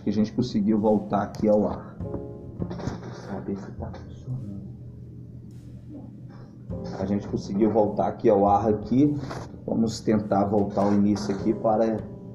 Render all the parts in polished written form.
que a gente conseguiu voltar aqui ao ar. Saber se tá funcionando. A gente conseguiu voltar aqui ao ar aqui. Vamos tentar voltar ao início aqui para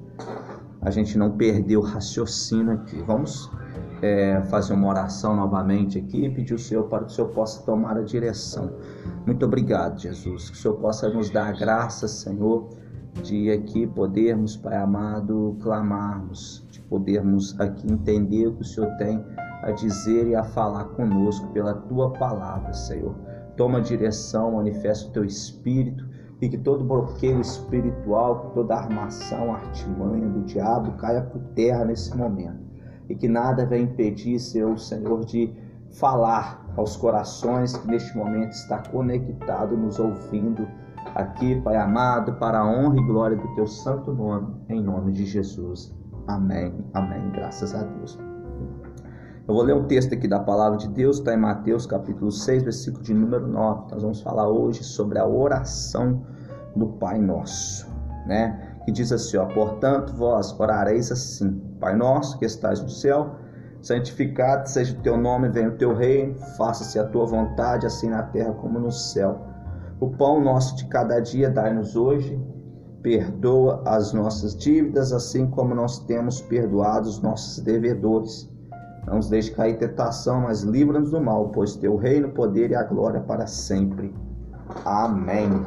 a gente não perder o raciocínio aqui. Vamos fazer uma oração novamente aqui e pedir ao Senhor para que o Senhor possa tomar a direção. Muito obrigado, Jesus. Que o Senhor possa nos dar a graça, Senhor, de aqui podermos, Pai amado, clamarmos, de podermos aqui entender o que o Senhor tem a dizer e a falar conosco pela Tua palavra, Senhor. Toma a direção, manifesta o Teu Espírito e que todo bloqueio espiritual, que toda armação, artimanha do diabo caia por terra nesse momento. E que nada venha impedir, Senhor, de falar aos corações que neste momento está conectado, nos ouvindo aqui, Pai amado, para a honra e glória do Teu santo nome, em nome de Jesus. Amém, amém, graças a Deus. Eu vou ler um texto aqui da palavra de Deus, está em Mateus capítulo 6, versículo de número 9. Nós vamos falar hoje sobre a oração do Pai Nosso, né? Que diz assim, portanto, vós orareis assim: Pai nosso que estás no céu, santificado seja o teu nome, venha o teu reino, faça-se a tua vontade, assim na terra como no céu. O pão nosso de cada dia dai-nos hoje, perdoa as nossas dívidas, assim como nós temos perdoado os nossos devedores. Não nos deixe cair em tentação, mas livra-nos do mal, pois teu reino, o poder e a glória para sempre. Amém.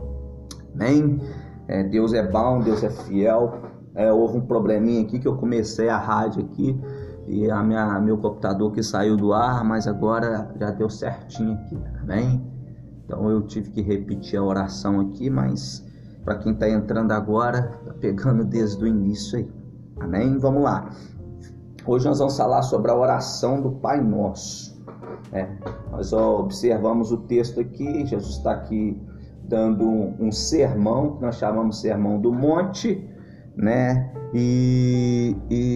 Amém. Deus é bom, Deus é fiel. Houve um probleminha aqui que eu comecei a rádio aqui e meu computador que saiu do ar, mas agora já deu certinho aqui, amém? Então eu tive que repetir a oração aqui, mas para quem está entrando agora, está pegando desde o início aí, amém? Vamos lá. Hoje nós vamos falar sobre a oração do Pai Nosso. Nós observamos o texto aqui, Jesus está aqui dando um sermão, que nós chamamos Sermão do Monte, né? E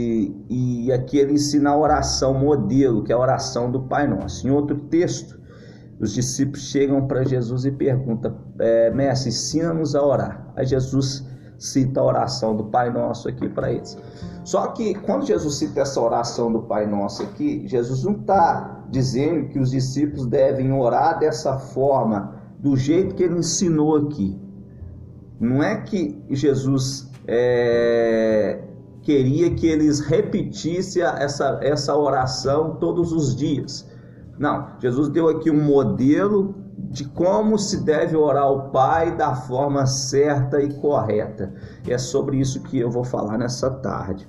aqui ele ensina a oração modelo, que é a oração do Pai Nosso. Em outro texto, os discípulos chegam para Jesus e perguntam, mestre, ensina-nos a orar. Aí Jesus cita a oração do Pai Nosso aqui para eles. Só que quando Jesus cita essa oração do Pai Nosso aqui, Jesus não está dizendo que os discípulos devem orar dessa forma, do jeito que ele ensinou aqui. Não é que Jesus queria que eles repetissem essa oração todos os dias. Não, Jesus deu aqui um modelo de como se deve orar ao Pai da forma certa e correta. E é sobre isso que eu vou falar nessa tarde.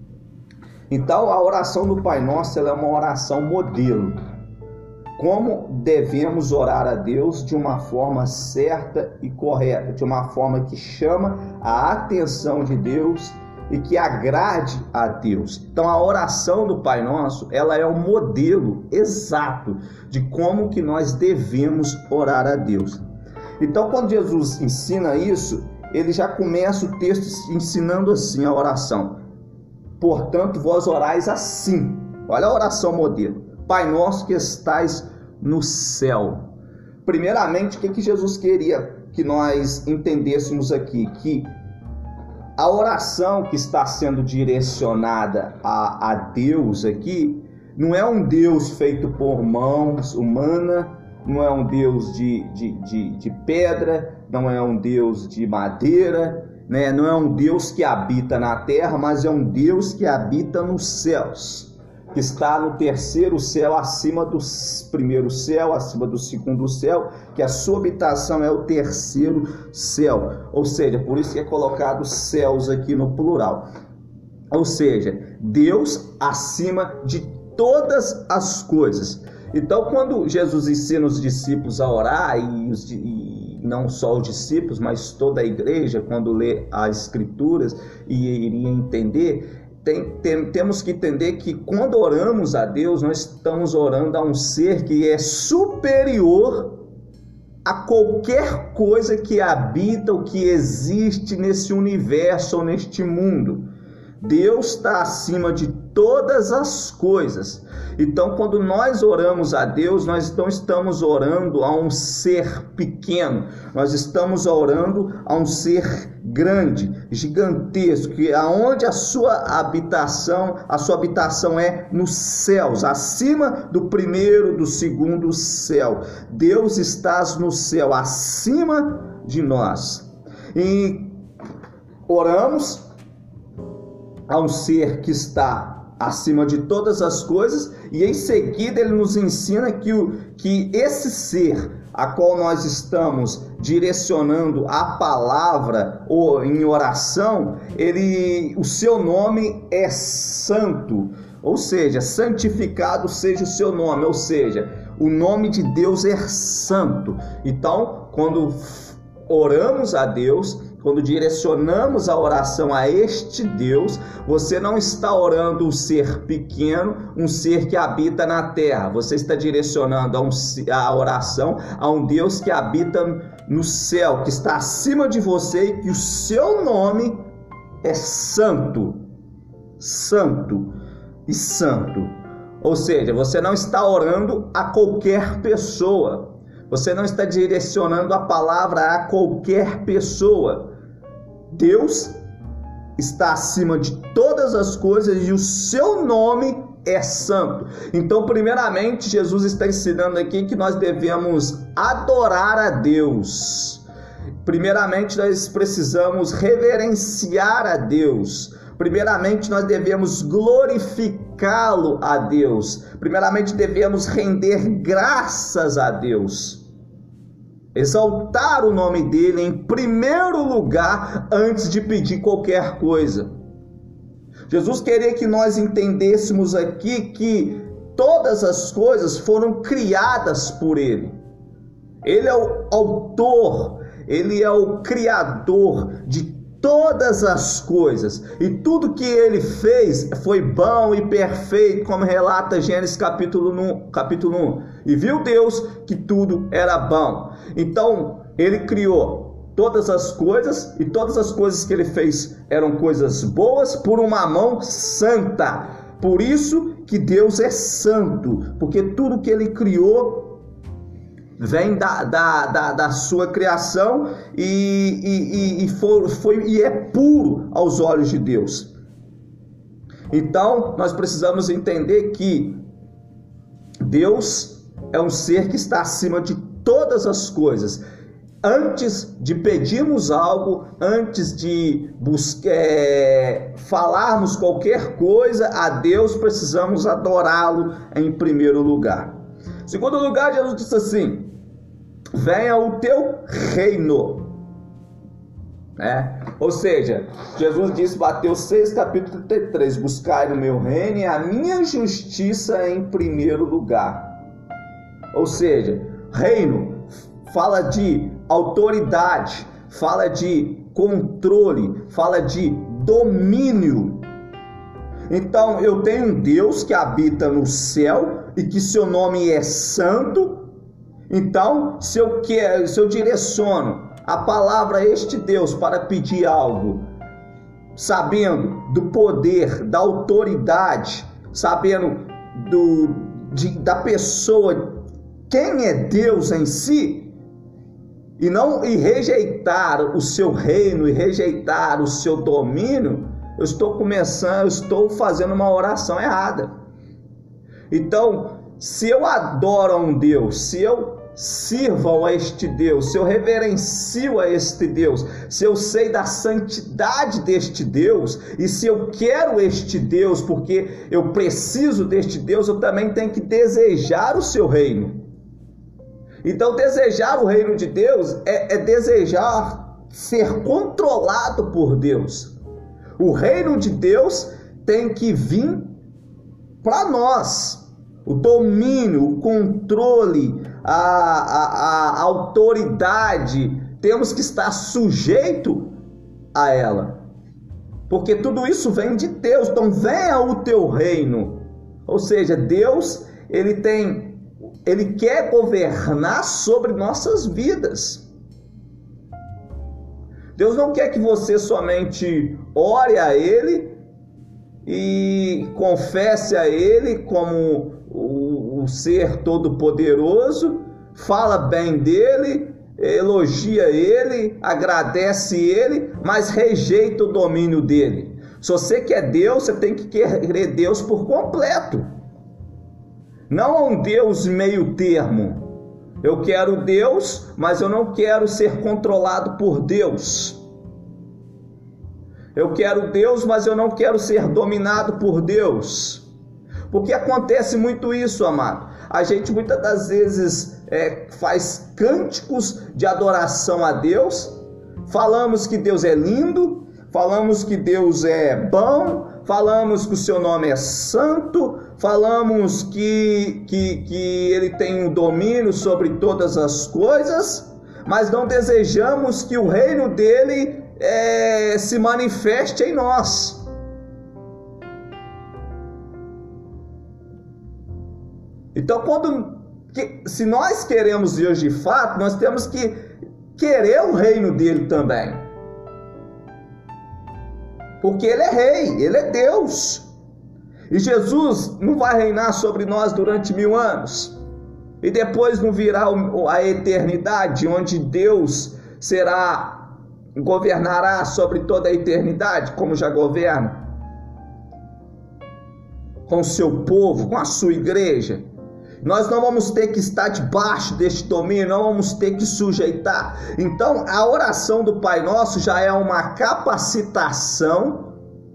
Então, a oração do Pai Nosso, ela é uma oração modelo. Como devemos orar a Deus de uma forma certa e correta, de uma forma que chama a atenção de Deus e que agrade a Deus. Então a oração do Pai Nosso, ela é um modelo exato de como que nós devemos orar a Deus. Então quando Jesus ensina isso, ele já começa o texto ensinando assim a oração. Portanto, vós orais assim. Olha a oração modelo. Pai nosso que estais no céu. Primeiramente, o que Jesus queria que nós entendêssemos aqui? Que a oração que está sendo direcionada a Deus aqui, não é um Deus feito por mãos humanas, não é um Deus de pedra, não é um Deus de madeira, né? Não é um Deus que habita na terra, mas é um Deus que habita nos céus, que está no terceiro céu, acima do primeiro céu, acima do segundo céu, que a sua habitação é o terceiro céu. Ou seja, por isso que é colocado céus aqui no plural. Ou seja, Deus acima de todas as coisas. Então, quando Jesus ensina os discípulos a orar, e não só os discípulos, mas toda a igreja, quando lê as Escrituras e iria entender, temos que entender que quando oramos a Deus, nós estamos orando a um ser que é superior a qualquer coisa que habita ou que existe nesse universo ou neste mundo. Deus está acima de todas as coisas. Então, quando nós oramos a Deus, nós não estamos orando a um ser pequeno, nós estamos orando a um ser grande, gigantesco, que aonde a sua habitação é nos céus, acima do primeiro, do segundo céu. Deus está no céu, acima de nós. E oramos a um ser que está acima de todas as coisas, e em seguida ele nos ensina que esse ser a qual nós estamos direcionando a palavra ou em oração, o seu nome é santo, ou seja, santificado seja o seu nome, ou seja, o nome de Deus é santo. Então, quando oramos a Deus, quando direcionamos a oração a este Deus, você não está orando um ser pequeno, um ser que habita na terra. Você está direcionando a oração a um Deus que habita no céu, que está acima de você e que o seu nome é santo. Santo e santo. Ou seja, você não está orando a qualquer pessoa. Você não está direcionando a palavra a qualquer pessoa. Deus está acima de todas as coisas e o seu nome é santo. Então, primeiramente, Jesus está ensinando aqui que nós devemos adorar a Deus. Primeiramente, nós precisamos reverenciar a Deus. Primeiramente, nós devemos glorificá-lo a Deus. Primeiramente, devemos render graças a Deus. Exaltar o nome dele em primeiro lugar antes de pedir qualquer coisa. Jesus queria que nós entendêssemos aqui que todas as coisas foram criadas por ele. Ele é o autor, ele é o criador de todas as coisas, e tudo que ele fez foi bom e perfeito, como relata Gênesis capítulo 1. E viu Deus que tudo era bom. Então ele criou todas as coisas, e todas as coisas que ele fez eram coisas boas por uma mão santa. Por isso que Deus é santo, porque tudo que ele criou vem da sua criação e é puro aos olhos de Deus. Então, nós precisamos entender que Deus é um ser que está acima de todas as coisas. Antes de pedirmos algo, antes de falarmos qualquer coisa a Deus, precisamos adorá-lo em primeiro lugar. Em segundo lugar, Jesus disse assim: venha o teu reino. Ou seja, Jesus disse, Mateus 6, capítulo 33, buscai no meu reino e a minha justiça em primeiro lugar. Ou seja, reino fala de autoridade, fala de controle, fala de domínio. Então, eu tenho um Deus que habita no céu e que seu nome é santo. Então, se eu direciono a palavra a este Deus para pedir algo, sabendo do poder, da autoridade, sabendo da pessoa, quem é Deus em si, e rejeitar o seu reino, e rejeitar o seu domínio, eu estou fazendo uma oração errada. Então, se eu adoro a um Deus, se eu sirvo a este Deus, se eu reverencio a este Deus, se eu sei da santidade deste Deus, e se eu quero este Deus porque eu preciso deste Deus, eu também tenho que desejar o seu reino. Então, desejar o reino de Deus é desejar ser controlado por Deus. O reino de Deus tem que vir para nós. O domínio, o controle, a autoridade, temos que estar sujeito a ela, porque tudo isso vem de Deus. Então venha o teu reino, ou seja, Deus ele quer governar sobre nossas vidas. Deus não quer que você somente ore a Ele e confesse a Ele como o ser todo-poderoso, fala bem dele, elogia Ele, agradece Ele, mas rejeita o domínio dele. Se você quer Deus, você tem que querer Deus por completo. Não um Deus meio termo. Eu quero Deus, mas eu não quero ser controlado por Deus. Eu quero Deus, mas eu não quero ser dominado por Deus. Porque acontece muito isso, amado. A gente muitas das vezes faz cânticos de adoração a Deus, falamos que Deus é lindo, falamos que Deus é bom, falamos que o seu nome é santo, falamos que Ele tem um domínio sobre todas as coisas, mas não desejamos que o reino dele se manifeste em nós. Então, se nós queremos Deus de fato, nós temos que querer o reino dele também. Porque ele é rei, ele é Deus. E Jesus não vai reinar sobre nós durante 1000 anos. E depois não virá a eternidade, onde Deus governará sobre toda a eternidade, como já governa, com o seu povo, com a sua igreja. Nós não vamos ter que estar debaixo deste domínio, não vamos ter que sujeitar. Então, a oração do Pai Nosso já é uma capacitação,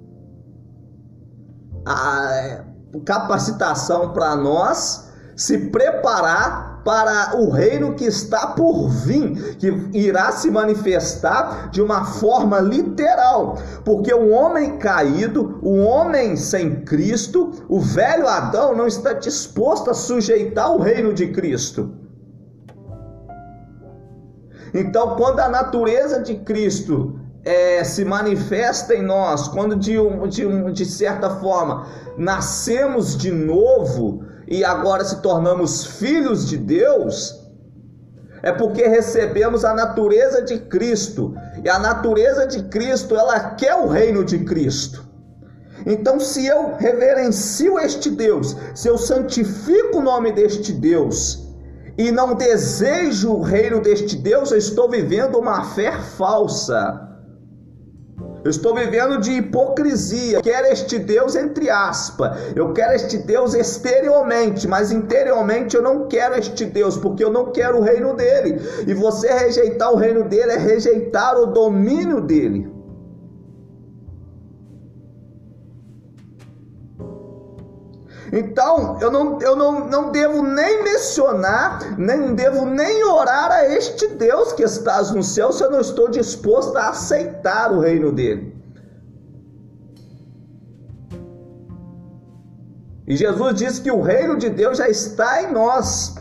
para nós se preparar para o reino que está por vir, que irá se manifestar de uma forma literal, porque o homem caído, o homem sem Cristo, o velho Adão não está disposto a sujeitar o reino de Cristo. Então, quando a natureza de Cristo se manifesta em nós, quando de certa forma nascemos de novo e agora se tornamos filhos de Deus, é porque recebemos a natureza de Cristo, e a natureza de Cristo, ela quer o reino de Cristo. Então, se eu reverencio este Deus, se eu santifico o nome deste Deus e não desejo o reino deste Deus, eu estou vivendo uma fé falsa. Eu estou vivendo de hipocrisia. Eu quero este Deus entre aspas. Eu quero este Deus exteriormente, mas interiormente eu não quero este Deus, porque eu não quero o reino dele. E você rejeitar o reino dele é rejeitar o domínio dele. Então, eu não devo nem mencionar, nem devo nem orar a este Deus que estás no céu, se eu não estou disposto a aceitar o reino dele. E Jesus disse que o reino de Deus já está em nós.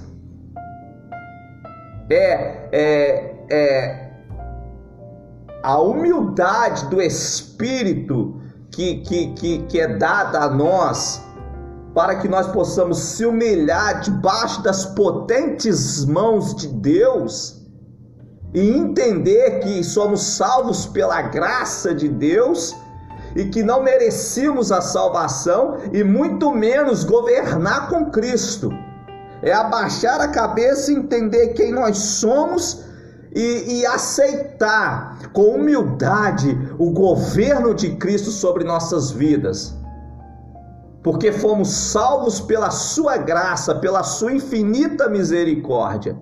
A humildade do Espírito que é dada a nós, para que nós possamos se humilhar debaixo das potentes mãos de Deus e entender que somos salvos pela graça de Deus e que não merecíamos a salvação e muito menos governar com Cristo. É abaixar a cabeça e entender quem nós somos e aceitar com humildade o governo de Cristo sobre nossas vidas. Porque fomos salvos pela sua graça, pela sua infinita misericórdia.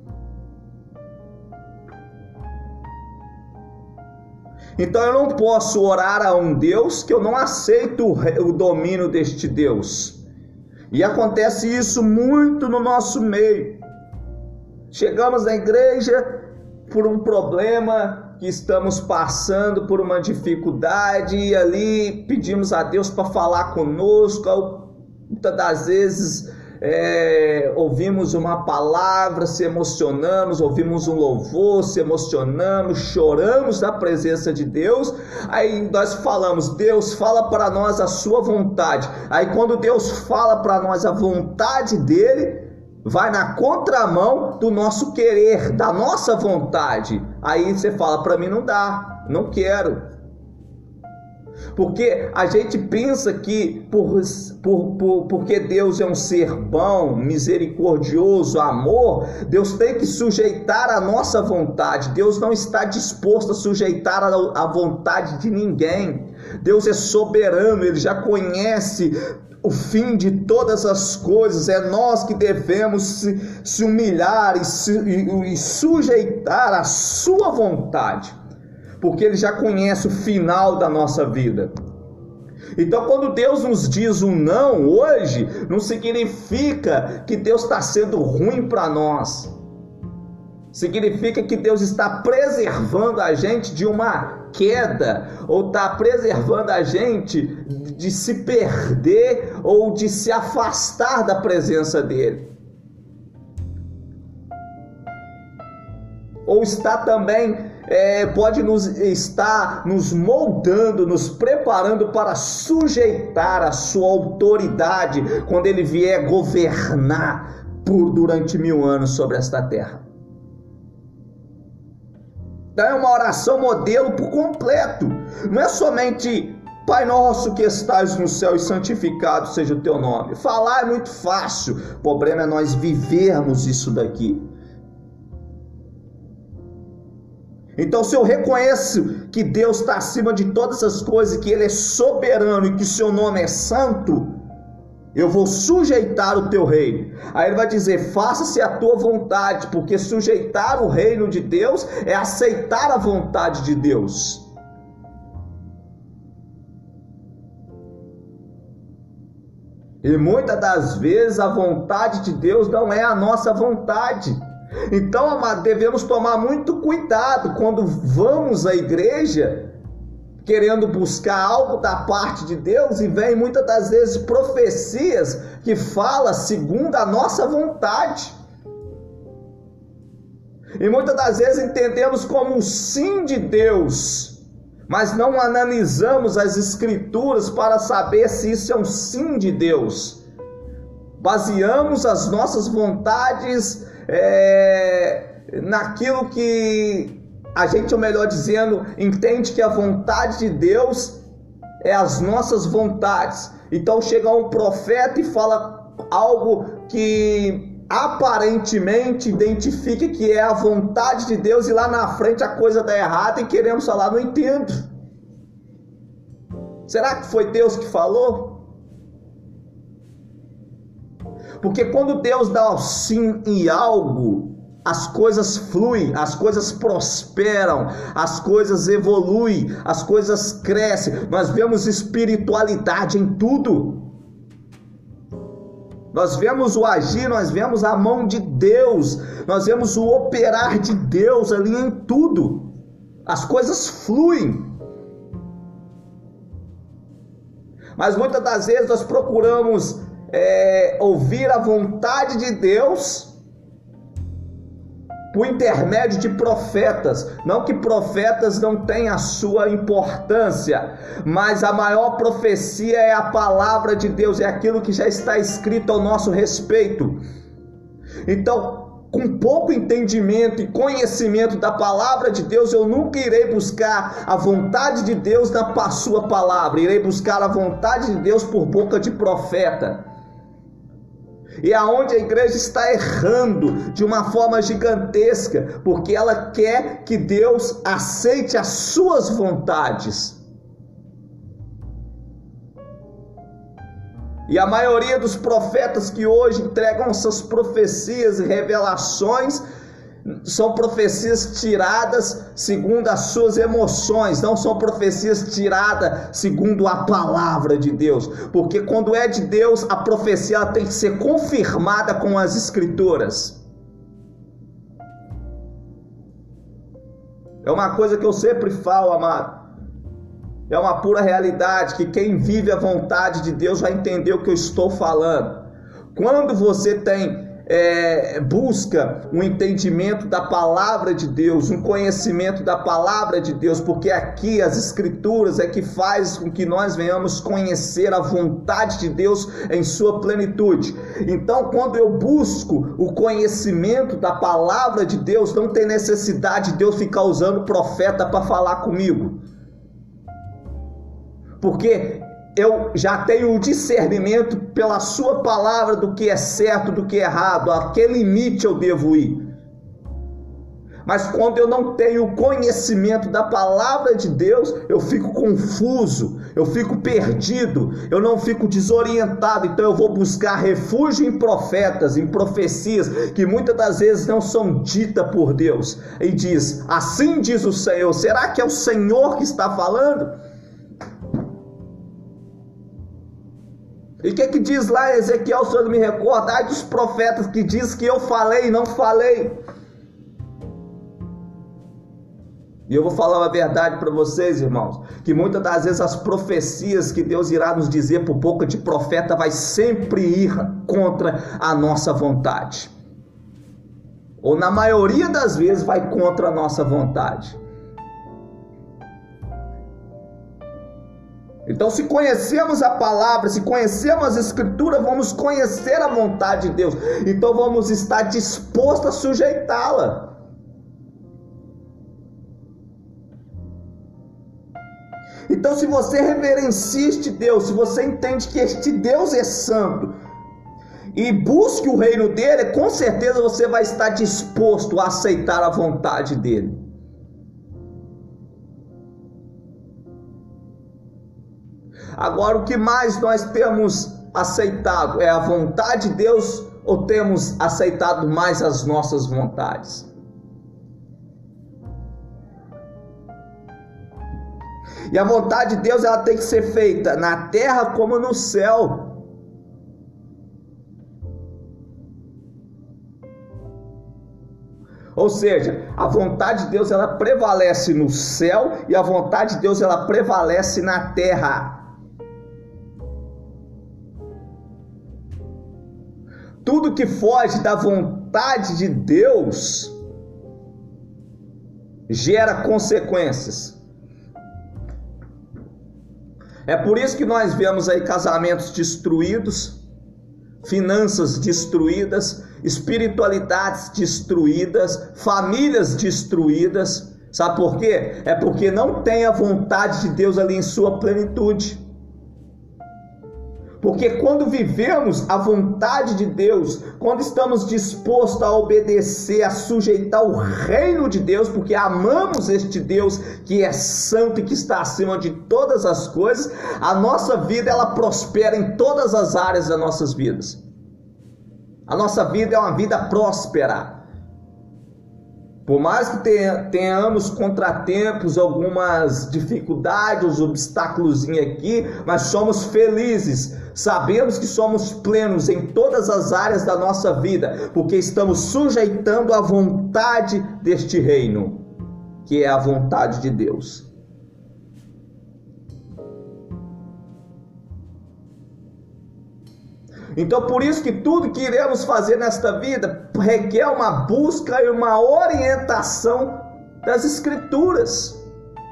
Então eu não posso orar a um Deus que eu não aceito o domínio deste Deus. E acontece isso muito no nosso meio. Chegamos na igreja por um problema que estamos passando, por uma dificuldade, e ali pedimos a Deus para falar conosco. Muitas das vezes ouvimos uma palavra, se emocionamos, ouvimos um louvor, se emocionamos, choramos na presença de Deus. Aí nós falamos: Deus, fala para nós a sua vontade. Aí quando Deus fala para nós a vontade dele, vai na contramão do nosso querer, da nossa vontade. Aí você fala: para mim não dá, não quero. Porque a gente pensa que porque Deus é um ser bom, misericordioso, amor, Deus tem que sujeitar a nossa vontade. Deus não está disposto a sujeitar a vontade de ninguém. Deus é soberano, Ele já conhece o fim de todas as coisas. É nós que devemos se humilhar e sujeitar a sua vontade, porque Ele já conhece o final da nossa vida. Então, quando Deus nos diz um não hoje, não significa que Deus está sendo ruim para nós. Significa que Deus está preservando a gente de uma queda, ou está preservando a gente de se perder ou de se afastar da presença dEle. Ou está também pode estar nos moldando, nos preparando para sujeitar a sua autoridade quando Ele vier governar durante 1000 anos sobre esta terra. Então é uma oração modelo por completo. Não é somente Pai nosso que estais no céu e santificado seja o teu nome. Falar é muito fácil, o problema é nós vivermos isso daqui. Então, se eu reconheço que Deus está acima de todas as coisas, que Ele é soberano e que seu nome é santo, eu vou sujeitar o teu reino. Aí Ele vai dizer, faça-se a tua vontade, porque sujeitar o reino de Deus é aceitar a vontade de Deus. E muitas das vezes a vontade de Deus não é a nossa vontade. Então, amado, devemos tomar muito cuidado quando vamos à igreja querendo buscar algo da parte de Deus e vem muitas das vezes profecias que falam segundo a nossa vontade. E muitas das vezes entendemos como um sim de Deus, mas não analisamos as escrituras para saber se isso é um sim de Deus. Baseamos as nossas vontades naquilo que a gente, ou melhor dizendo, entende que a vontade de Deus é as nossas vontades. Então chega um profeta e fala algo que aparentemente identifica que é a vontade de Deus, e lá na frente a coisa dá errada e queremos falar, não entendo. Será que foi Deus que falou? Porque quando Deus dá o sim em algo, as coisas fluem, as coisas prosperam, as coisas evoluem, as coisas crescem. Nós vemos espiritualidade em tudo. Nós vemos o agir, nós vemos a mão de Deus, nós vemos o operar de Deus ali em tudo. As coisas fluem. Mas muitas das vezes nós procuramos ouvir a vontade de Deus por intermédio de profetas. Não que profetas não tenham a sua importância, mas a maior profecia é a palavra de Deus, é aquilo que já está escrito ao nosso respeito. Então, com pouco entendimento e conhecimento da palavra de Deus, eu nunca irei buscar a vontade de Deus na sua palavra, irei buscar a vontade de Deus por boca de profeta. E aonde a igreja está errando de uma forma gigantesca, porque ela quer que Deus aceite as suas vontades. E a maioria dos profetas que hoje entregam essas profecias e revelações são profecias tiradas segundo as suas emoções, não são profecias tiradas segundo a palavra de Deus, porque quando é de Deus, a profecia ela tem que ser confirmada com as escrituras. É uma coisa que eu sempre falo, amado, é uma pura realidade, que quem vive a vontade de Deus vai entender o que eu estou falando. Quando você busca um entendimento da palavra de Deus, um conhecimento da palavra de Deus, porque aqui as escrituras é que faz com que nós venhamos conhecer a vontade de Deus em sua plenitude. Então, quando eu busco o conhecimento da palavra de Deus, não tem necessidade de Deus ficar usando profeta para falar comigo. porque eu já tenho o discernimento pela sua palavra do que é certo, do que é errado, a que limite eu devo ir. Mas quando eu não tenho conhecimento da palavra de Deus, eu fico confuso, eu fico perdido, eu não fico desorientado. Então eu vou buscar refúgio em profetas, em profecias, que muitas das vezes não são ditas por Deus. E diz, assim diz o Senhor. Será que é o Senhor que está falando? E o que diz lá em Ezequiel, se eu não me recordo? Ai dos profetas que diz que eu falei e não falei. E eu vou falar uma verdade para vocês, irmãos, que muitas das vezes as profecias que Deus irá nos dizer por boca de profeta vai sempre ir contra a nossa vontade. Ou na maioria das vezes vai contra a nossa vontade. Então, se conhecemos a palavra, se conhecemos as escrituras, vamos conhecer a vontade de Deus. Então vamos estar dispostos a sujeitá-la. Então, se você reverencia este Deus, se você entende que este Deus é santo e busque o reino dele, com certeza você vai estar disposto a aceitar a vontade dele. Agora, o que mais nós temos aceitado? É a vontade de Deus ou temos aceitado mais as nossas vontades? E a vontade de Deus, ela tem que ser feita na terra como no céu. Ou seja, a vontade de Deus, ela prevalece no céu e a vontade de Deus, ela prevalece na terra. Tudo que foge da vontade de Deus gera consequências. É por isso que nós vemos aí casamentos destruídos, finanças destruídas, espiritualidades destruídas, famílias destruídas. Sabe por quê? É porque não tem a vontade de Deus ali em sua plenitude. Porque quando vivemos a vontade de Deus, quando estamos dispostos a obedecer, a sujeitar o reino de Deus, porque amamos este Deus que é santo e que está acima de todas as coisas, a nossa vida ela prospera em todas as áreas das nossas vidas. A nossa vida é uma vida próspera. Por mais que tenhamos contratempos, algumas dificuldades, obstáculos aqui, mas somos felizes. Sabemos que somos plenos em todas as áreas da nossa vida, porque estamos sujeitando a vontade deste reino, que é a vontade de Deus. Então, por isso que tudo que iremos fazer nesta vida requer uma busca e uma orientação das Escrituras.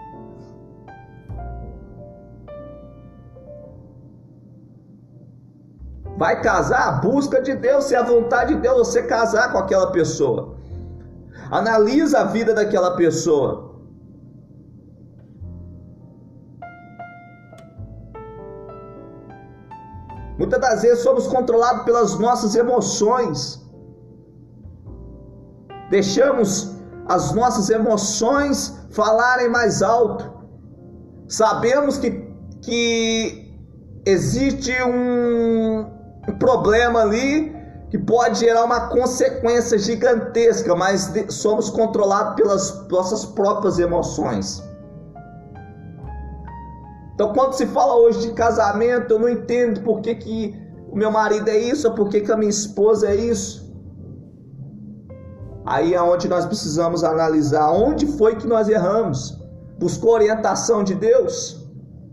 Vai casar? A busca de Deus, se é a vontade de Deus você casar com aquela pessoa. Analisa a vida daquela pessoa. Muitas das vezes somos controlados pelas nossas emoções. Deixamos as nossas emoções falarem mais alto. Sabemos que existe um problema ali que pode gerar uma consequência gigantesca, mas somos controlados pelas nossas próprias emoções. Então, quando se fala hoje de casamento, eu não entendo por que o meu marido é isso, ou por que a minha esposa é isso. Aí é onde nós precisamos analisar onde foi que nós erramos. Buscou orientação de Deus?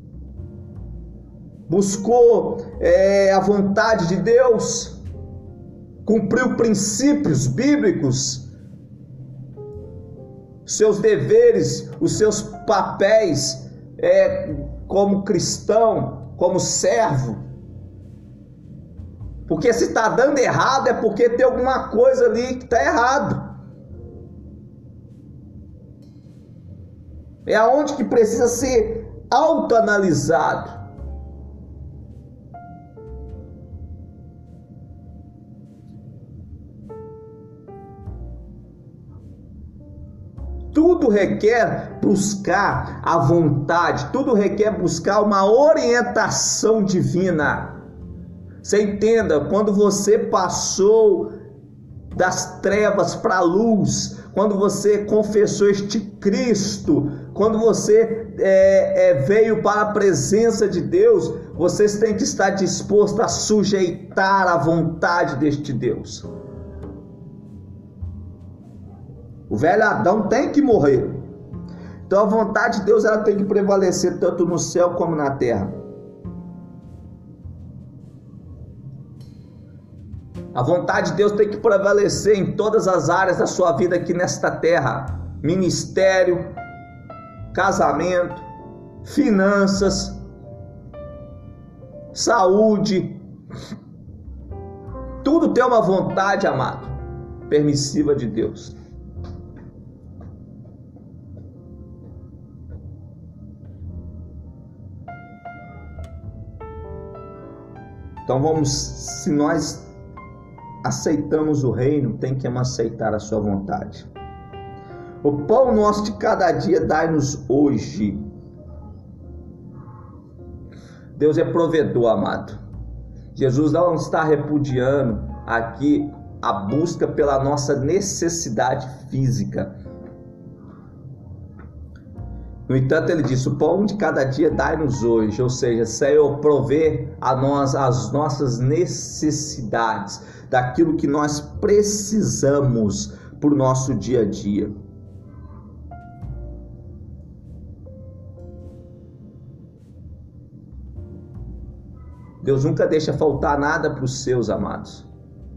Buscou a vontade de Deus? Cumpriu princípios bíblicos? Seus deveres, os seus papéis como cristão, como servo? Porque se está dando errado é porque tem alguma coisa ali que está errado. É aonde que precisa ser autoanalisado. Tudo requer buscar a vontade, tudo requer buscar uma orientação divina. Você entenda, quando você passou das trevas para a luz, quando você confessou este Cristo, quando você veio para a presença de Deus, vocês têm que estar dispostos a sujeitar a vontade deste Deus. O velho Adão tem que morrer. Então a vontade de Deus ela tem que prevalecer tanto no céu como na terra. A vontade de Deus tem que prevalecer em todas as áreas da sua vida aqui nesta terra. Ministério, casamento, finanças, saúde. Tudo tem uma vontade, amado, permissiva de Deus. Então se nós aceitamos o reino, tem que aceitar a sua vontade. O pão nosso de cada dia dai-nos hoje. Deus é provedor, amado. Jesus não está repudiando aqui a busca pela nossa necessidade física. No entanto, ele disse: o pão de cada dia dai-nos hoje, ou seja, Senhor, prover a nós as nossas necessidades, daquilo que nós precisamos para o nosso dia a dia. Deus nunca deixa faltar nada para os seus, amados.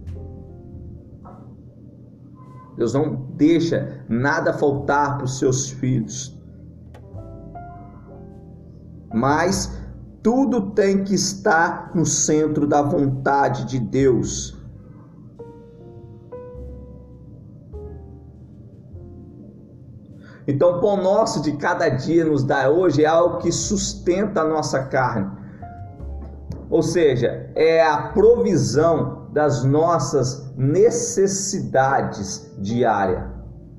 Deus não deixa nada faltar para os seus filhos. Mas tudo tem que estar no centro da vontade de Deus. Então, o pão nosso de cada dia nos dá hoje é algo que sustenta a nossa carne. Ou seja, é a provisão das nossas necessidades diárias.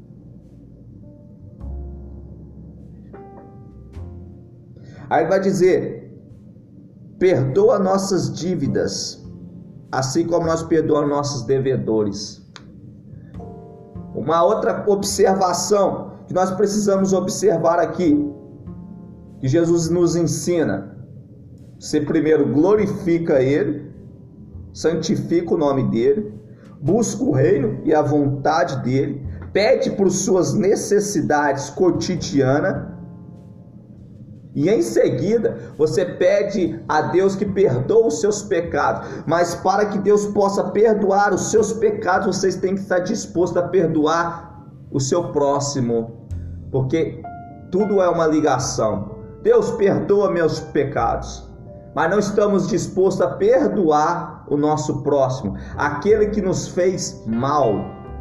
Aí ele vai dizer: perdoa nossas dívidas, assim como nós perdoamos nossos devedores. Uma outra observação que nós precisamos observar aqui, que Jesus nos ensina: você primeiro glorifica Ele, santifica o nome dEle, busca o reino e a vontade dEle, pede por suas necessidades cotidianas, e em seguida você pede a Deus que perdoe os seus pecados. Mas para que Deus possa perdoar os seus pecados, vocês têm que estar dispostos a perdoar o seu próximo, porque tudo é uma ligação. Deus perdoa meus pecados, mas não estamos dispostos a perdoar o nosso próximo, aquele que nos fez mal.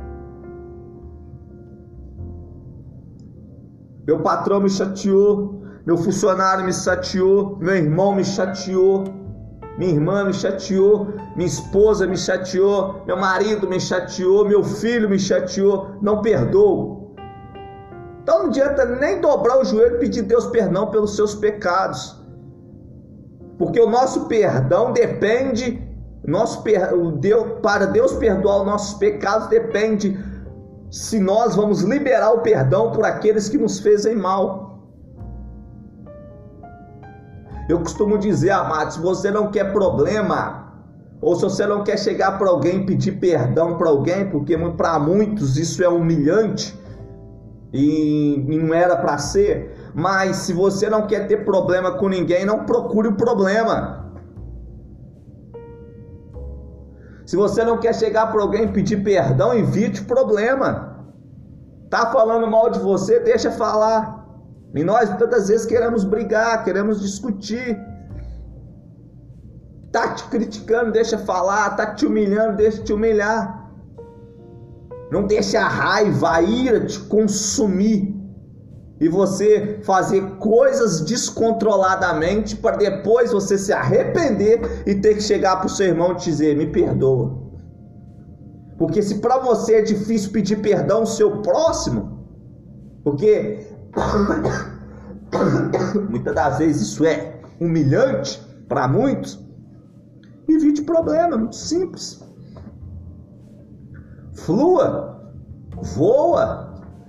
Meu patrão me chateou, meu funcionário me chateou, meu irmão me chateou, minha irmã me chateou, minha esposa me chateou, meu marido me chateou, meu filho me chateou. Não perdoo. Então não adianta nem dobrar o joelho e pedir a Deus perdão pelos seus pecados, porque o nosso perdão depende, para Deus perdoar os nossos pecados depende se nós vamos liberar o perdão por aqueles que nos fezem mal. Eu costumo dizer, amados, se você não quer problema, ou se você não quer chegar para alguém e pedir perdão para alguém, porque para muitos isso é humilhante e não era para ser, mas se você não quer ter problema com ninguém, não procure o problema. Se você não quer chegar para alguém e pedir perdão, evite o problema. Tá falando mal de você, deixa falar. E nós tantas vezes queremos brigar, queremos discutir. Tá te criticando, deixa falar. Tá te humilhando, deixa te humilhar. Não deixa a raiva, a ira te consumir. e você fazer coisas descontroladamente para depois você se arrepender e ter que chegar para o seu irmão e dizer: me perdoa. Porque se para você é difícil pedir perdão ao seu próximo, porque muitas das vezes isso é humilhante para muitos, evite problema, muito simples. Flua, voa,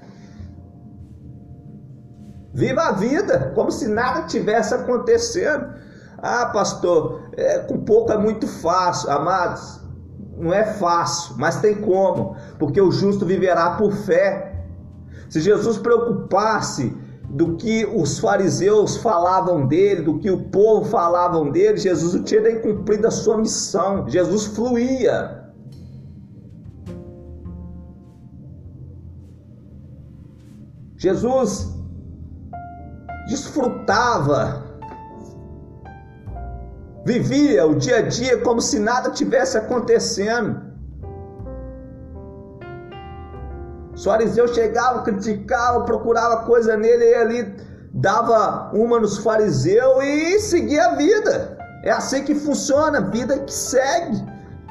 viva a vida como se nada tivesse acontecendo. Ah, pastor, com pouco é muito fácil. Amados, não é fácil, mas tem como, porque o justo viverá por fé. Se Jesus preocupasse do que os fariseus falavam dele, do que o povo falavam dele, Jesus não tinha nem cumprido a sua missão. Jesus fluía. Jesus desfrutava, vivia o dia a dia como se nada tivesse acontecendo. Os fariseus chegavam, criticavam, procuravam coisa nele, e ele dava uma nos fariseus e seguia a vida. É assim que funciona, a vida que segue.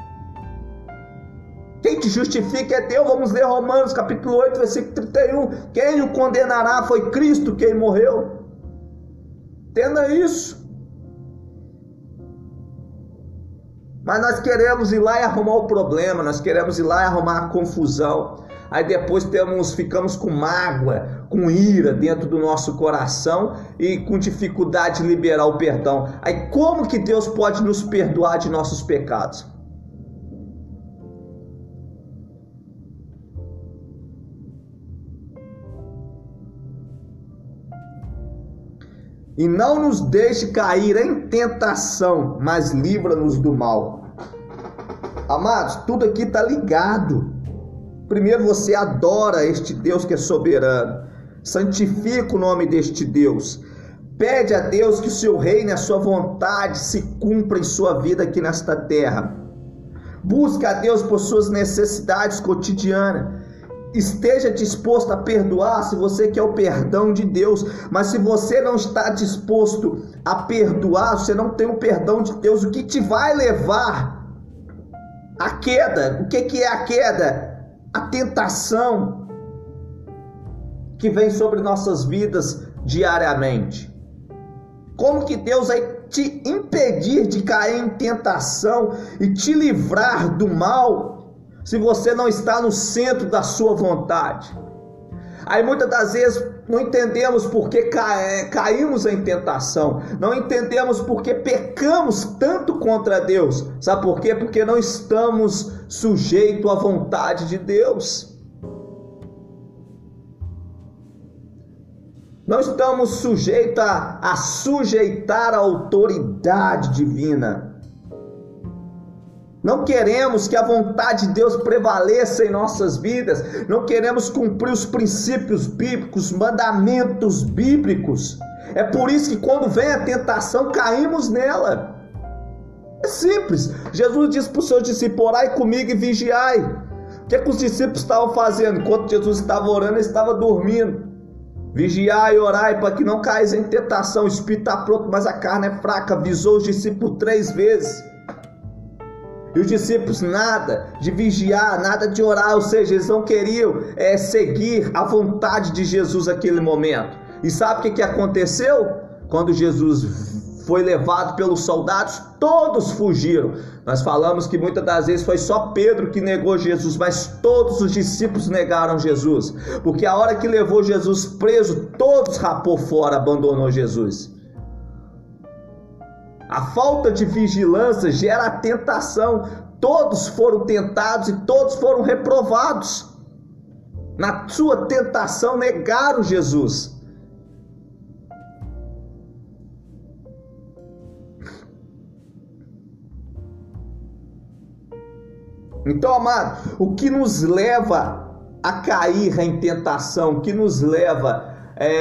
Quem te justifica é Deus. Vamos ler Romanos capítulo 8, versículo 31. Quem o condenará? Foi Cristo quem morreu. Entenda isso. Mas nós queremos ir lá e arrumar o problema, nós queremos ir lá e arrumar a confusão. Aí depois ficamos com mágoa, com ira dentro do nosso coração e com dificuldade de liberar o perdão. Aí como que Deus pode nos perdoar de nossos pecados? E não nos deixe cair em tentação, mas livra-nos do mal. Amados, tudo aqui está ligado. Primeiro você adora este Deus que é soberano. Santifica o nome deste Deus. Pede a Deus que o seu reino e a sua vontade se cumpra em sua vida aqui nesta terra. Busca a Deus por suas necessidades cotidianas. Esteja disposto a perdoar se você quer o perdão de Deus. Mas se você não está disposto a perdoar, você não tem o perdão de Deus, o que te vai levar à queda? O que é a queda? A tentação que vem sobre nossas vidas diariamente. Como que Deus vai te impedir de cair em tentação e te livrar do mal se você não está no centro da sua vontade? Aí muitas das vezes não entendemos por que caímos em tentação, não entendemos por que pecamos tanto contra Deus. Sabe por quê? Porque não estamos sujeitos à vontade de Deus. Não estamos sujeitos a sujeitar a autoridade divina. Não queremos que a vontade de Deus prevaleça em nossas vidas. Não queremos cumprir os princípios bíblicos, os mandamentos bíblicos. É por isso que quando vem a tentação, caímos nela. É simples. Jesus disse para os seus discípulos: orai comigo e vigiai. O que os discípulos estavam fazendo? Enquanto Jesus estava orando, eles estavam dormindo. Vigiai e orai para que não caias em tentação. O espírito está pronto, mas a carne é fraca. Avisou os discípulos 3 vezes. E os discípulos nada de vigiar, nada de orar, ou seja, eles não queriam seguir a vontade de Jesus naquele momento. E sabe o que aconteceu? Quando Jesus foi levado pelos soldados, todos fugiram. Nós falamos que muitas das vezes foi só Pedro que negou Jesus, mas todos os discípulos negaram Jesus, porque a hora que levou Jesus preso, todos rapou fora, abandonou Jesus. A falta de vigilância gera a tentação. Todos foram tentados e todos foram reprovados. Na sua tentação negaram Jesus. Então, amado, o que nos leva a cair em tentação, o que nos leva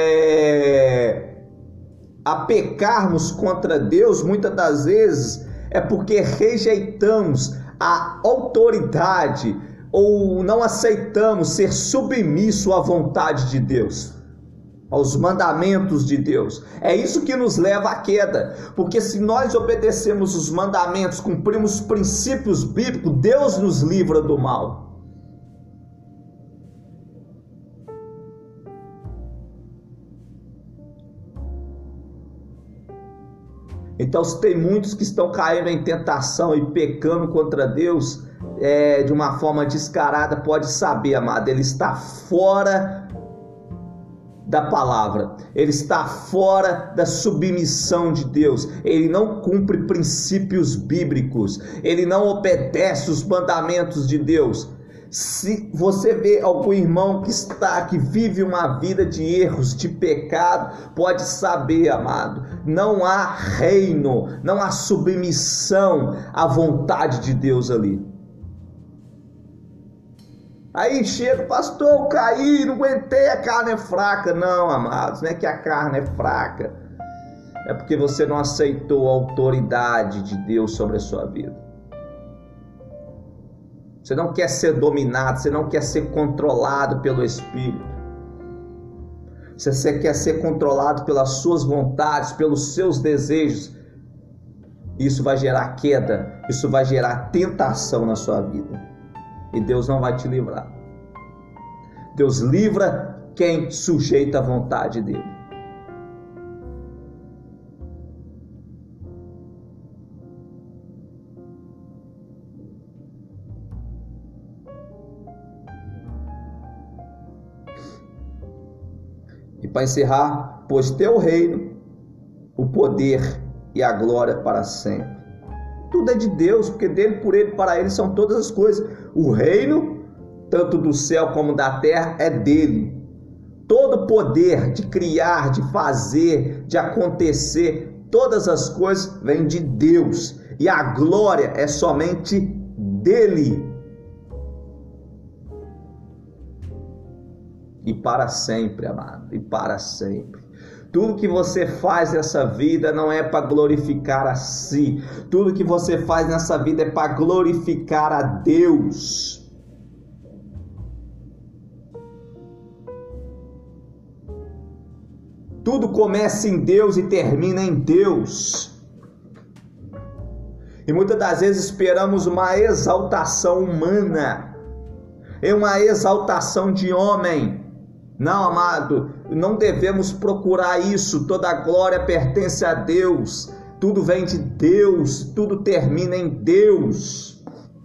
a pecarmos contra Deus, muitas das vezes é porque rejeitamos a autoridade ou não aceitamos ser submisso à vontade de Deus. aos mandamentos de Deus. É isso que nos leva à queda, porque se nós obedecemos os mandamentos, cumprimos os princípios bíblicos, Deus nos livra do mal. Então, se tem muitos que estão caindo em tentação e pecando contra Deus de uma forma descarada, pode saber, amado, ele está fora da palavra, ele está fora da submissão de Deus, ele não cumpre princípios bíblicos, ele não obedece os mandamentos de Deus. Se você vê algum irmão que vive uma vida de erros, de pecado, pode saber, amado, não há reino, não há submissão à vontade de Deus ali. Aí chega, pastor, eu caí, não aguentei, a carne é fraca. Não, amados, não é que a carne é fraca, é porque você não aceitou a autoridade de Deus sobre a sua vida. Você não quer ser dominado, você não quer ser controlado pelo Espírito. Você quer ser controlado pelas suas vontades, pelos seus desejos. Isso vai gerar queda, isso vai gerar tentação na sua vida. E Deus não vai te livrar. Deus livra quem sujeita a vontade dele. E para encerrar, pois teu reino, o poder e a glória para sempre. Tudo é de Deus, porque dele, por ele, para ele são todas as coisas. O reino, tanto do céu como da terra, é dele. Todo o poder de criar, de fazer, de acontecer, todas as coisas vêm de Deus. E a glória é somente dele. E para sempre, amado, e para sempre. Tudo que você faz nessa vida não é para glorificar a si. Tudo que você faz nessa vida é para glorificar a Deus. Tudo começa em Deus e termina em Deus. E muitas das vezes esperamos uma exaltação humana, uma exaltação de homem. Não, amado, não devemos procurar isso. Toda a glória pertence a Deus. Tudo vem de Deus, tudo termina em Deus.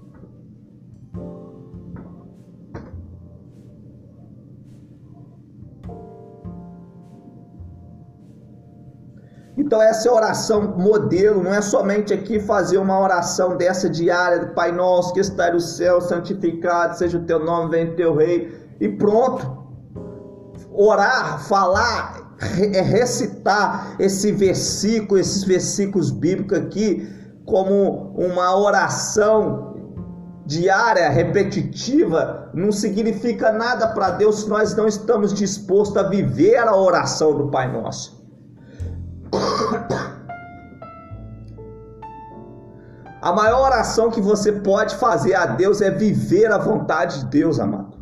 Então essa é a oração modelo, não é somente aqui fazer uma oração dessa diária, Pai nosso que está no céu, santificado seja o teu nome, venha o teu reino, e pronto. Orar, falar, recitar esse versículo, esses versículos bíblicos aqui, como uma oração diária, repetitiva, não significa nada para Deus se nós não estamos dispostos a viver a oração do Pai Nosso. A maior oração que você pode fazer a Deus é viver a vontade de Deus, amado.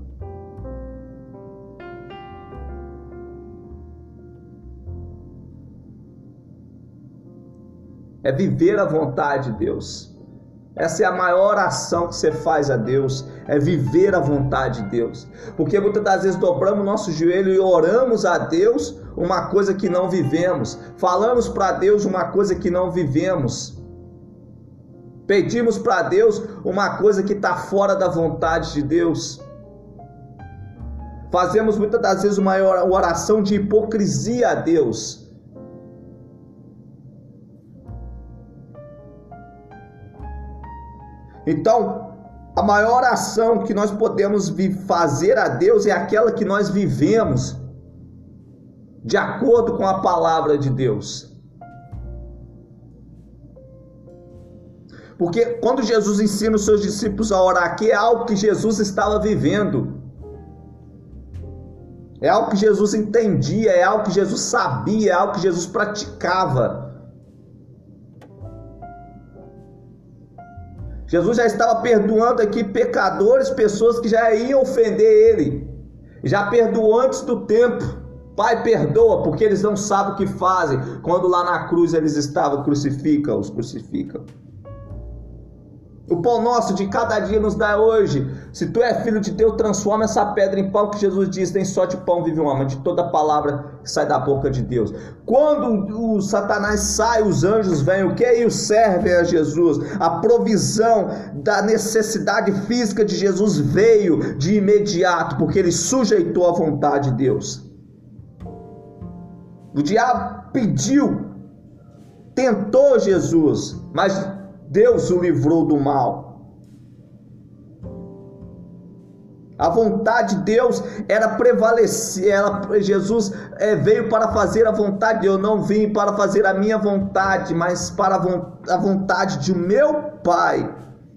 É viver a vontade de Deus. Essa é a maior oração que você faz a Deus, é viver a vontade de Deus. Porque muitas das vezes dobramos o nosso joelho e oramos a Deus uma coisa que não vivemos. Falamos para Deus uma coisa que não vivemos. Pedimos para Deus uma coisa que está fora da vontade de Deus. Fazemos muitas das vezes uma oração de hipocrisia a Deus. Então, a maior oração que nós podemos fazer a Deus é aquela que nós vivemos de acordo com a palavra de Deus. Porque quando Jesus ensina os seus discípulos a orar aqui, é algo que Jesus estava vivendo. É algo que Jesus entendia, é algo que Jesus sabia, é algo que Jesus praticava. Jesus já estava perdoando aqui pecadores, pessoas que já iam ofender ele. Já perdoou antes do tempo. Pai, perdoa, porque eles não sabem o que fazem. Quando lá na cruz eles estavam, crucifica-os, crucifica. O pão nosso de cada dia nos dá hoje. Se tu é filho de Deus, transforma essa pedra em pão, que Jesus diz, nem só de pão vive um homem, de toda palavra que sai da boca de Deus. Quando o Satanás sai, os anjos vêm, o que? E o servem a Jesus. A provisão da necessidade física de Jesus veio de imediato, porque ele sujeitou a vontade de Deus. O diabo pediu, tentou Jesus, mas Deus o livrou do mal. A vontade de Deus era prevalecer. Jesus veio para fazer a vontade. Eu não vim para fazer a minha vontade, mas para a vontade de meu Pai.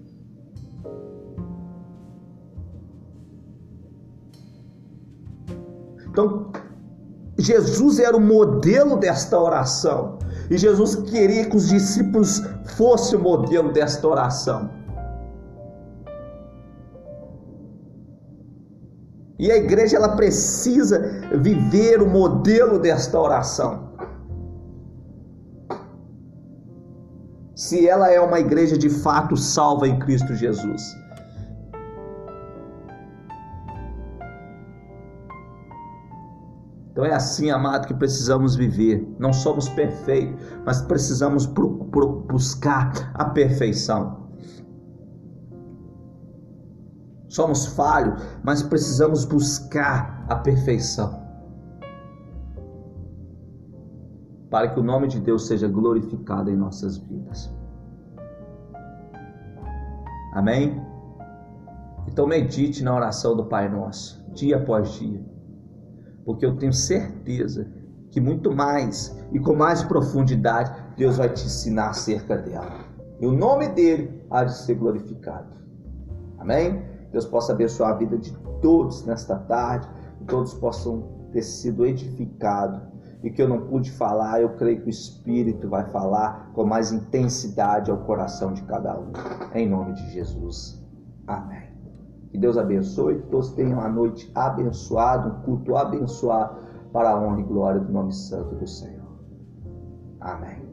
Então, Jesus era o modelo desta oração. E Jesus queria que os discípulos fossem o modelo desta oração. E a igreja, ela precisa viver o modelo desta oração. Se ela é uma igreja de fato salva em Cristo Jesus. Então é assim, amado, que precisamos viver. Não somos perfeitos, mas precisamos buscar a perfeição. Somos falhos, mas precisamos buscar a perfeição. Para que o nome de Deus seja glorificado em nossas vidas. Amém? Então medite na oração do Pai Nosso, dia após dia. Porque eu tenho certeza que muito mais e com mais profundidade Deus vai te ensinar acerca dela. E o nome dele há de ser glorificado. Amém? Deus possa abençoar a vida de todos nesta tarde. Que todos possam ter sido edificados. E que eu não pude falar, eu creio que o Espírito vai falar com mais intensidade ao coração de cada um. Em nome de Jesus. Amém. Que Deus abençoe, que todos tenham uma noite abençoada, um culto abençoado, para a honra e glória do nome santo do Senhor. Amém.